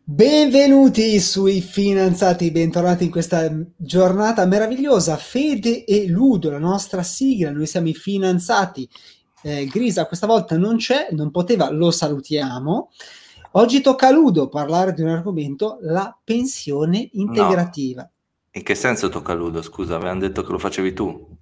Benvenuti sui Finanziati, bentornati in questa giornata meravigliosa. Fede e Ludo, la nostra sigla, noi siamo i Finanziati. Grisa questa volta non c'è, non poteva, lo salutiamo. Oggi tocca a Ludo parlare di un argomento, la pensione integrativa. No. In che senso tocca a Ludo? Scusa, avevano detto che lo facevi tu.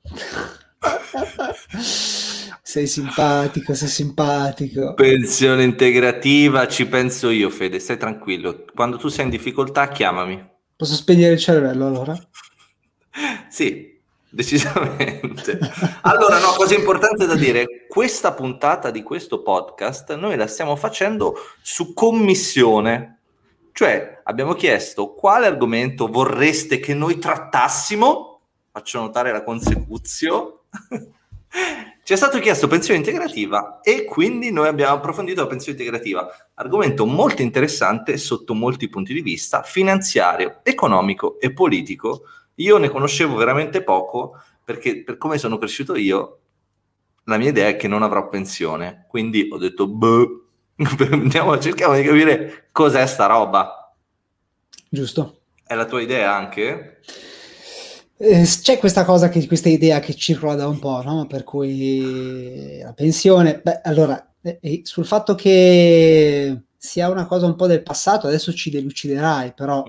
Sei simpatico, sei simpatico. Pensione integrativa, ci penso io, Fede, stai tranquillo. Quando tu sei in difficoltà, chiamami. Posso spegnere il cervello allora? Sì, decisamente. Allora, no, cosa importante da dire, questa puntata di questo podcast noi la stiamo facendo su commissione. Cioè, abbiamo chiesto quale argomento vorreste che noi trattassimo, faccio notare la consecuzio. Ci è stato chiesto pensione integrativa e quindi noi abbiamo approfondito la pensione integrativa, argomento molto interessante sotto molti punti di vista, finanziario, economico e politico. Io ne conoscevo veramente poco perché per come sono cresciuto io, la mia idea è che non avrò pensione, quindi ho detto, cerchiamo di capire cos'è sta roba. Giusto. È la tua idea anche? C'è questa idea che circola da un po', no? Per cui la pensione, allora, sul fatto che sia una cosa un po' del passato, adesso ci deluciderai, però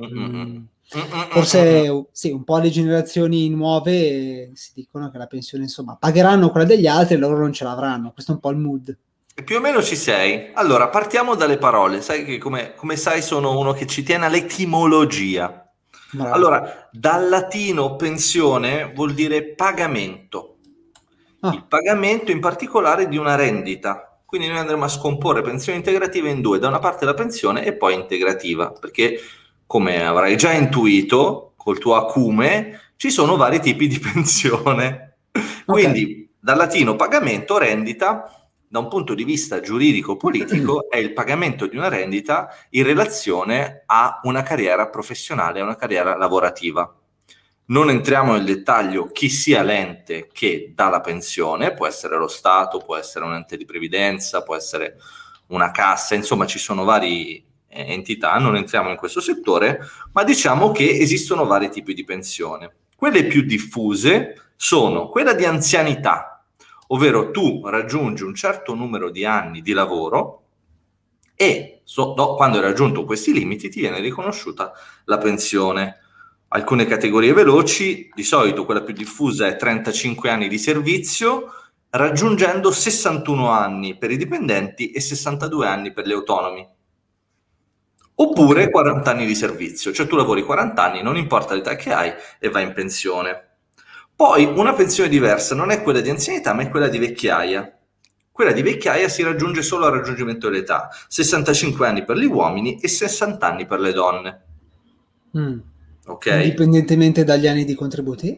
forse sì, un po' le generazioni nuove si dicono che la pensione, insomma, pagheranno quella degli altri e loro non ce l'avranno. Questo è un po' il mood. Più o meno ci sei. Allora, partiamo dalle parole. Sai che come sai sono uno che ci tiene all'etimologia. Bravo. Allora, dal latino pensione vuol dire pagamento. Il pagamento in particolare di una rendita. Quindi noi andremo a scomporre pensione integrativa in due. Da una parte la pensione e poi integrativa. Perché, come avrai già intuito, col tuo acume, ci sono vari tipi di pensione. Quindi, dal latino pagamento, rendita. Da un punto di vista giuridico-politico è il pagamento di una rendita in relazione a una carriera professionale, a una carriera lavorativa. Non entriamo nel dettaglio chi sia l'ente che dà la pensione, può essere lo Stato, può essere un ente di previdenza, può essere una cassa, insomma ci sono varie entità, non entriamo in questo settore, ma diciamo che esistono vari tipi di pensione. Quelle più diffuse sono quella di anzianità, ovvero tu raggiungi un certo numero di anni di lavoro e quando hai raggiunto questi limiti ti viene riconosciuta la pensione. Alcune categorie veloci, di solito quella più diffusa è 35 anni di servizio, raggiungendo 61 anni per i dipendenti e 62 anni per gli autonomi. Oppure 40 anni di servizio, cioè tu lavori 40 anni, non importa l'età che hai, e vai in pensione. Poi una pensione diversa non è quella di anzianità, ma è quella di vecchiaia. Quella di vecchiaia si raggiunge solo al raggiungimento dell'età, 65 anni per gli uomini e 60 anni per le donne. Ok? Indipendentemente dagli anni di contributi?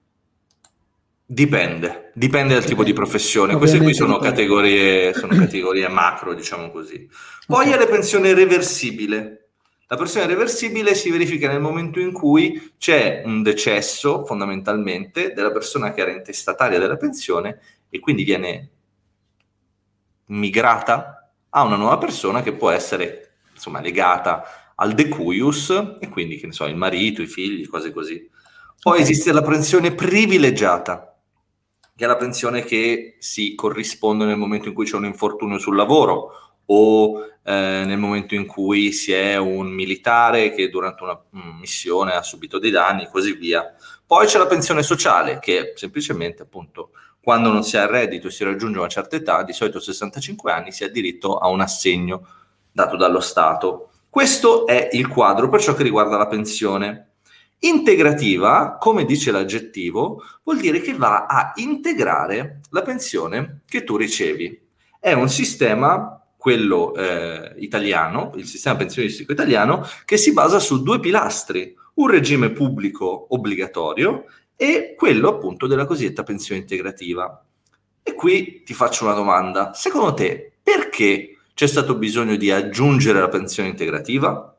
Dipende dal tipo di professione. Queste qui sono categorie macro, diciamo così. Poi è la pensione reversibile. La pensione reversibile si verifica nel momento in cui c'è un decesso, fondamentalmente, della persona che era intestataria della pensione e quindi viene migrata a una nuova persona che può essere, insomma, legata al decuius e quindi, che ne so, il marito, i figli, cose così. Poi esiste la pensione privilegiata, che è la pensione che si corrisponde nel momento in cui c'è un infortunio sul lavoro o nel momento in cui si è un militare che durante una missione ha subito dei danni e così via. Poi c'è la pensione sociale, che semplicemente appunto quando non si ha il reddito e si raggiunge una certa età, di solito 65 anni, si ha diritto a un assegno dato dallo Stato. Questo è il quadro per ciò che riguarda la pensione. Integrativa, come dice l'aggettivo, vuol dire che va a integrare la pensione che tu ricevi. È un sistema, quello italiano, il sistema pensionistico italiano, che si basa su due pilastri, un regime pubblico obbligatorio e quello appunto della cosiddetta pensione integrativa. E qui ti faccio una domanda. Secondo te, perché c'è stato bisogno di aggiungere la pensione integrativa?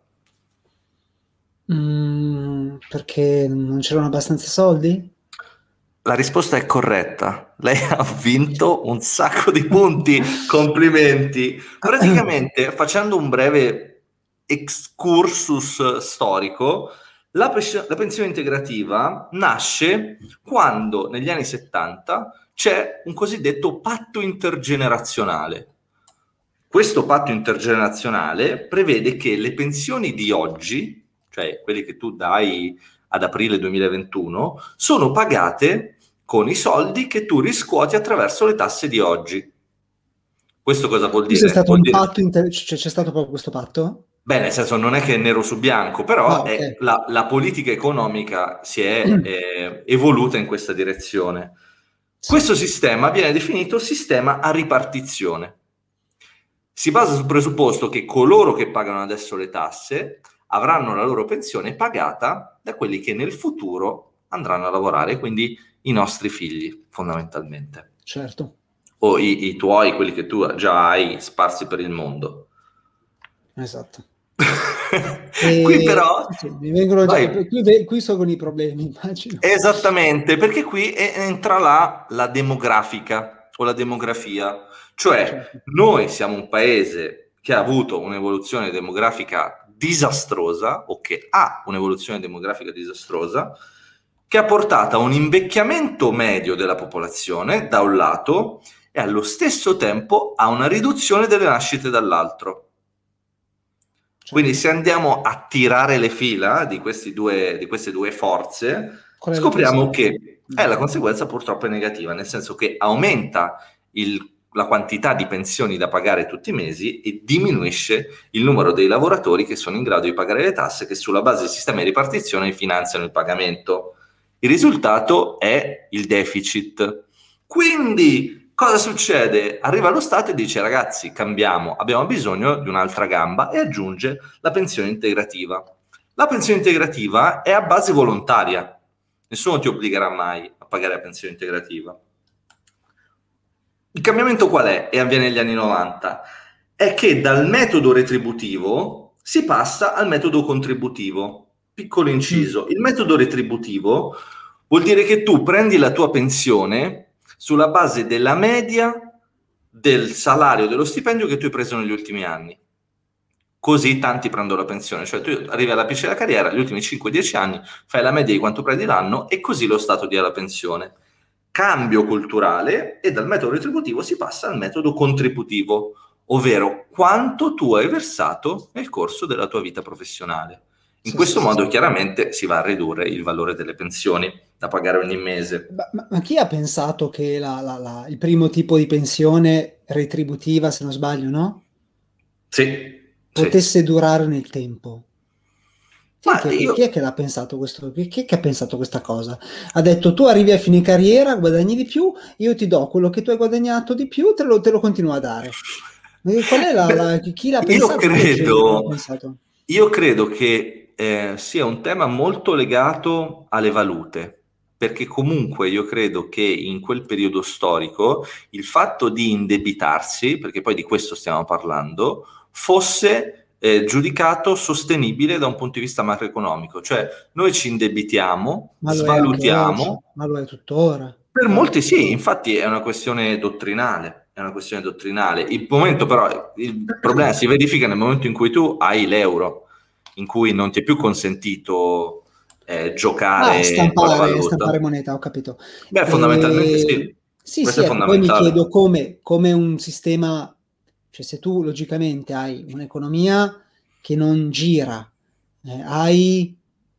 Perché non c'erano abbastanza soldi? La risposta è corretta. Lei ha vinto un sacco di punti. Complimenti. Praticamente, facendo un breve excursus storico, la pensione integrativa nasce quando negli anni 70 c'è un cosiddetto patto intergenerazionale. Questo patto intergenerazionale prevede che le pensioni di oggi, cioè quelle che tu dai ad aprile 2021, sono pagate con i soldi che tu riscuoti attraverso le tasse di oggi. Questo cosa vuol dire? C'è stato un patto, c'è stato proprio questo patto? Beh, nel senso non è che è nero su bianco, però okay. La politica economica si è evoluta in questa direzione. Sì. Questo sistema viene definito sistema a ripartizione. Si basa sul presupposto che coloro che pagano adesso le tasse avranno la loro pensione pagata da quelli che nel futuro andranno a lavorare, quindi i nostri figli, fondamentalmente. Certo. O i tuoi, quelli che tu già hai sparsi per il mondo. Esatto. Qui però mi vengono qui sono i problemi, immagino. Esattamente, perché qui entra la demografica o la demografia, cioè certo. Noi siamo un paese che ha avuto un'evoluzione demografica disastrosa o che ha un'evoluzione demografica disastrosa che ha portato a un invecchiamento medio della popolazione da un lato e allo stesso tempo a una riduzione delle nascite dall'altro. Quindi se andiamo a tirare le fila di queste due forze, scopriamo che la conseguenza purtroppo è negativa, nel senso che aumenta la quantità di pensioni da pagare tutti i mesi e diminuisce il numero dei lavoratori che sono in grado di pagare le tasse che sulla base del sistema di ripartizione finanziano il pagamento. Il risultato è il deficit. Quindi cosa succede? Arriva lo Stato e dice ragazzi cambiamo, abbiamo bisogno di un'altra gamba e aggiunge la pensione integrativa. La pensione integrativa è a base volontaria, nessuno ti obbligherà mai a pagare la pensione integrativa. Il cambiamento qual è? E avviene negli anni 90. È che dal metodo retributivo si passa al metodo contributivo. Piccolo inciso, il metodo retributivo vuol dire che tu prendi la tua pensione sulla base della media del salario, dello stipendio che tu hai preso negli ultimi anni. Così tanti prendono la pensione, cioè tu arrivi all'apice della carriera, gli ultimi 5-10 anni, fai la media di quanto prendi l'anno e così lo Stato dia la pensione. Cambio culturale e dal metodo retributivo si passa al metodo contributivo, ovvero quanto tu hai versato nel corso della tua vita professionale. In questo modo chiaramente si va a ridurre il valore delle pensioni da pagare ogni mese. Ma chi ha pensato che il primo tipo di pensione retributiva, se non sbaglio, no? Sì. Potesse durare nel tempo? Chi è che l'ha pensato questo? Chi ha pensato questa cosa? Ha detto tu arrivi a fine carriera, guadagni di più, io ti do quello che tu hai guadagnato di più, te lo continuo a dare. Qual è chi l'ha pensato? Io credo che sia un tema molto legato alle valute, perché comunque io credo che in quel periodo storico il fatto di indebitarsi, perché poi di questo stiamo parlando, fosse giudicato sostenibile da un punto di vista macroeconomico, cioè noi ci indebitiamo, svalutiamo, ma lo è tuttora. Per molti sì, infatti è una questione dottrinale. Il momento però, il problema si verifica nel momento in cui tu hai l'euro, in cui non ti è più consentito giocare con la valuta. Stampare moneta, ho capito. Beh, fondamentalmente sì. Sì, poi mi chiedo come un sistema, cioè se tu logicamente hai un'economia che non gira, hai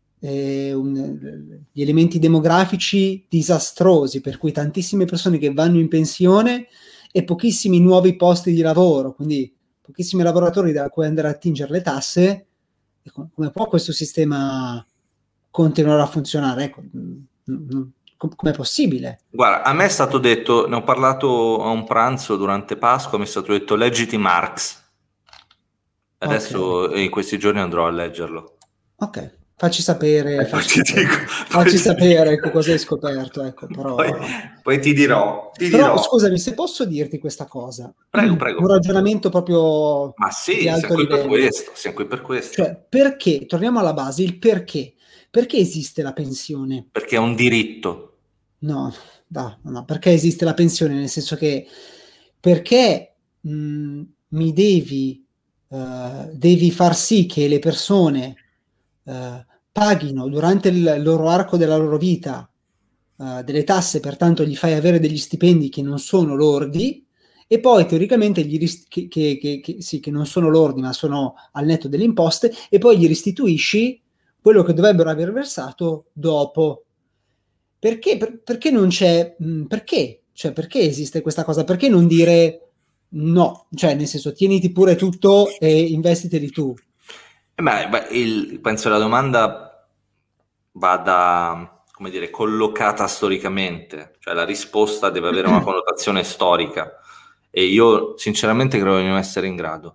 gli elementi demografici disastrosi, per cui tantissime persone che vanno in pensione e pochissimi nuovi posti di lavoro, quindi pochissimi lavoratori da cui andare a attingere le tasse, come può questo sistema continuare a funzionare? Ecco, com'è possibile? Guarda, a me è stato detto, ne ho parlato a un pranzo durante Pasqua, mi è stato detto leggiti Marx. Adesso in questi giorni andrò a leggerlo. Ok, facci sapere sapere cosa hai scoperto, ecco, però... Poi ti dirò. Però scusami, se posso dirti questa cosa. Prego. Un ragionamento proprio Ma sì, di alto livello. Siamo qui per questo. Cioè, perché, torniamo alla base, il perché. Perché esiste la pensione? Perché è un diritto. No, perché esiste la pensione? Nel senso che perché mi devi devi far sì che le persone paghino durante il loro arco della loro vita delle tasse, pertanto gli fai avere degli stipendi che non sono lordi, e poi teoricamente che non sono lordi ma sono al netto delle imposte, e poi gli restituisci quello che dovrebbero aver versato dopo. Perché non c'è? Perché? Cioè, perché esiste questa cosa? Perché non dire no? Cioè, nel senso, tieniti pure tutto e investiteli tu. Penso la domanda vada, come dire, collocata storicamente, cioè la risposta deve avere una connotazione storica, e io sinceramente credo di non essere in grado.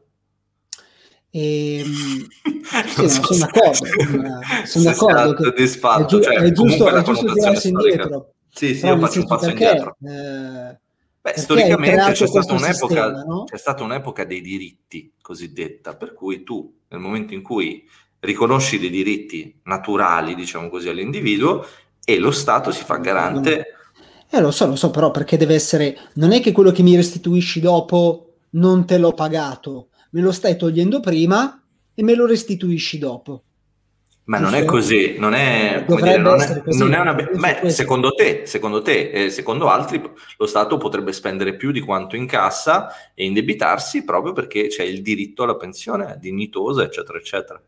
Sì, no, sono d'accordo, sono se sia d'accordo che soddisfatto, cioè comunque la è giusto connotazione tirarsi storica. indietro, Sì, sì, però io nel faccio un senso passo indietro. perché hai Storicamente creato questo sistema, no? c'è stata un'epoca dei diritti cosiddetta, per cui tu, nel momento in cui riconosci dei diritti naturali, diciamo così, all'individuo, e lo Stato si fa garante. Lo so, però perché deve essere, non è che quello che mi restituisci dopo non te l'ho pagato, me lo stai togliendo prima e me lo restituisci dopo. Ma non è Giusto? così, non è, come dire, Dovrebbe essere non è così. secondo te, secondo altri, lo Stato potrebbe spendere più di quanto incassa e indebitarsi proprio perché c'è il diritto alla pensione dignitosa, eccetera, eccetera.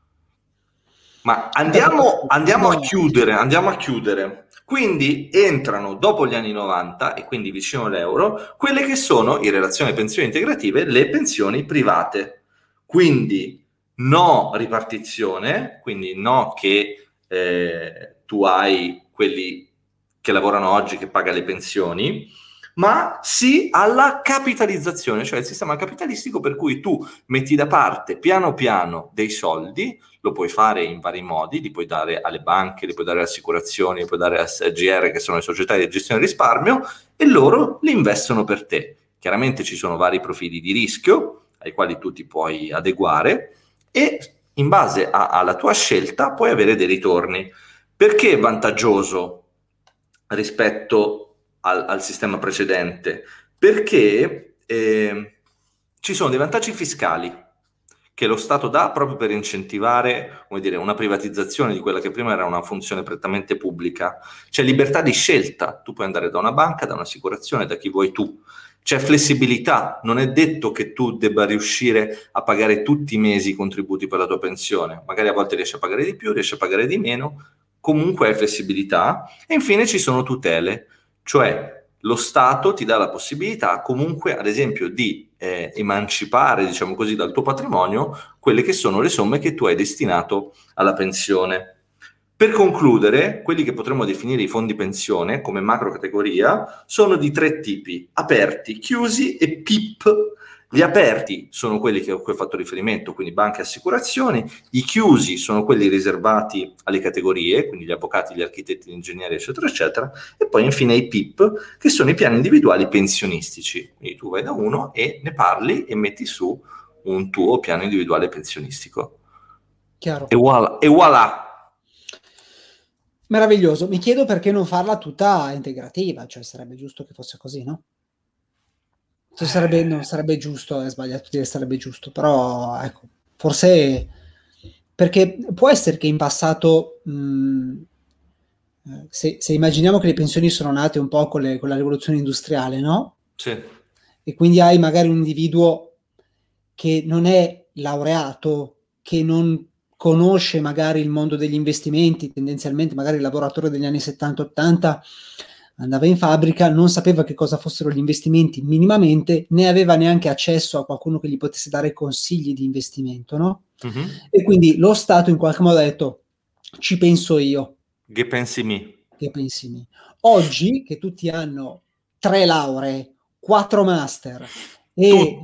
Ma andiamo a chiudere. Quindi entrano dopo gli anni 90 e quindi vicino all'euro quelle che sono, in relazione alle pensioni integrative, le pensioni private. Quindi no ripartizione, quindi no che tu hai quelli che lavorano oggi che paga le pensioni, ma sì alla capitalizzazione, cioè il sistema capitalistico per cui tu metti da parte piano piano dei soldi. Lo puoi fare in vari modi, li puoi dare alle banche, li puoi dare alle assicurazioni, li puoi dare a SGR, che sono le società di gestione del risparmio, e loro li investono per te. Chiaramente ci sono vari profili di rischio ai quali tu ti puoi adeguare, e in base alla tua scelta puoi avere dei ritorni. Perché è vantaggioso rispetto al sistema precedente? Perché ci sono dei vantaggi fiscali che lo Stato dà proprio per incentivare, come dire, una privatizzazione di quella che prima era una funzione prettamente pubblica. C'è libertà di scelta, tu puoi andare da una banca, da un'assicurazione, da chi vuoi tu. C'è flessibilità, non è detto che tu debba riuscire a pagare tutti i mesi i contributi per la tua pensione, magari a volte riesci a pagare di più, riesci a pagare di meno, comunque hai flessibilità. E infine ci sono tutele, cioè lo Stato ti dà la possibilità comunque, ad esempio, di emancipare, diciamo così, dal tuo patrimonio quelle che sono le somme che tu hai destinato alla pensione. Per concludere, quelli che potremmo definire i fondi pensione come macro categoria sono di tre tipi: aperti, chiusi e PIP. Gli aperti sono quelli a cui ho fatto riferimento, quindi banche e assicurazioni. I chiusi sono quelli riservati alle categorie, quindi gli avvocati, gli architetti, gli ingegneri, eccetera, eccetera. E poi infine i PIP, che sono i piani individuali pensionistici. Quindi tu vai da uno e ne parli e metti su un tuo piano individuale pensionistico. Chiaro. E voilà. Meraviglioso. Mi chiedo perché non farla tutta integrativa, cioè sarebbe giusto che fosse così, no? Non sarebbe giusto, è sbagliato dire sarebbe giusto, però ecco, forse perché può essere che in passato, se immaginiamo che le pensioni sono nate un po' con la rivoluzione industriale, no? Sì. E quindi hai magari un individuo che non è laureato, che non conosce magari il mondo degli investimenti, tendenzialmente magari il lavoratore degli anni 70-80 andava in fabbrica, non sapeva che cosa fossero gli investimenti minimamente, né aveva neanche accesso a qualcuno che gli potesse dare consigli di investimento, no? Mm-hmm. E quindi lo Stato in qualche modo ha detto: ci penso io. Che pensi mi? Che pensi mi? Oggi che tutti hanno 3 lauree, 4 master e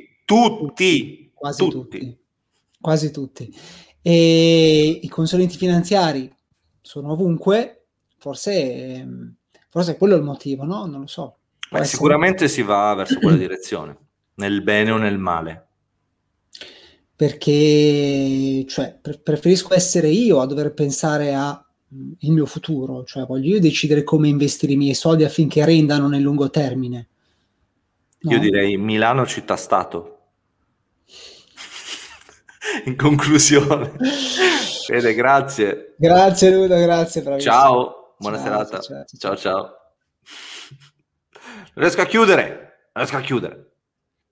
quasi tutti, e i consulenti finanziari sono ovunque, forse quello è il motivo, no? Non lo so. Sicuramente si va verso quella direzione, nel bene o nel male. Perché cioè, preferisco essere io a dover pensare a il mio futuro, cioè voglio io decidere come investire i miei soldi affinché rendano nel lungo termine. No? Io direi Milano città-stato. in conclusione. Fede, grazie. Grazie Ludo, grazie. Bravissimo. Ciao, buona serata. Ciao. Non riesco a chiudere.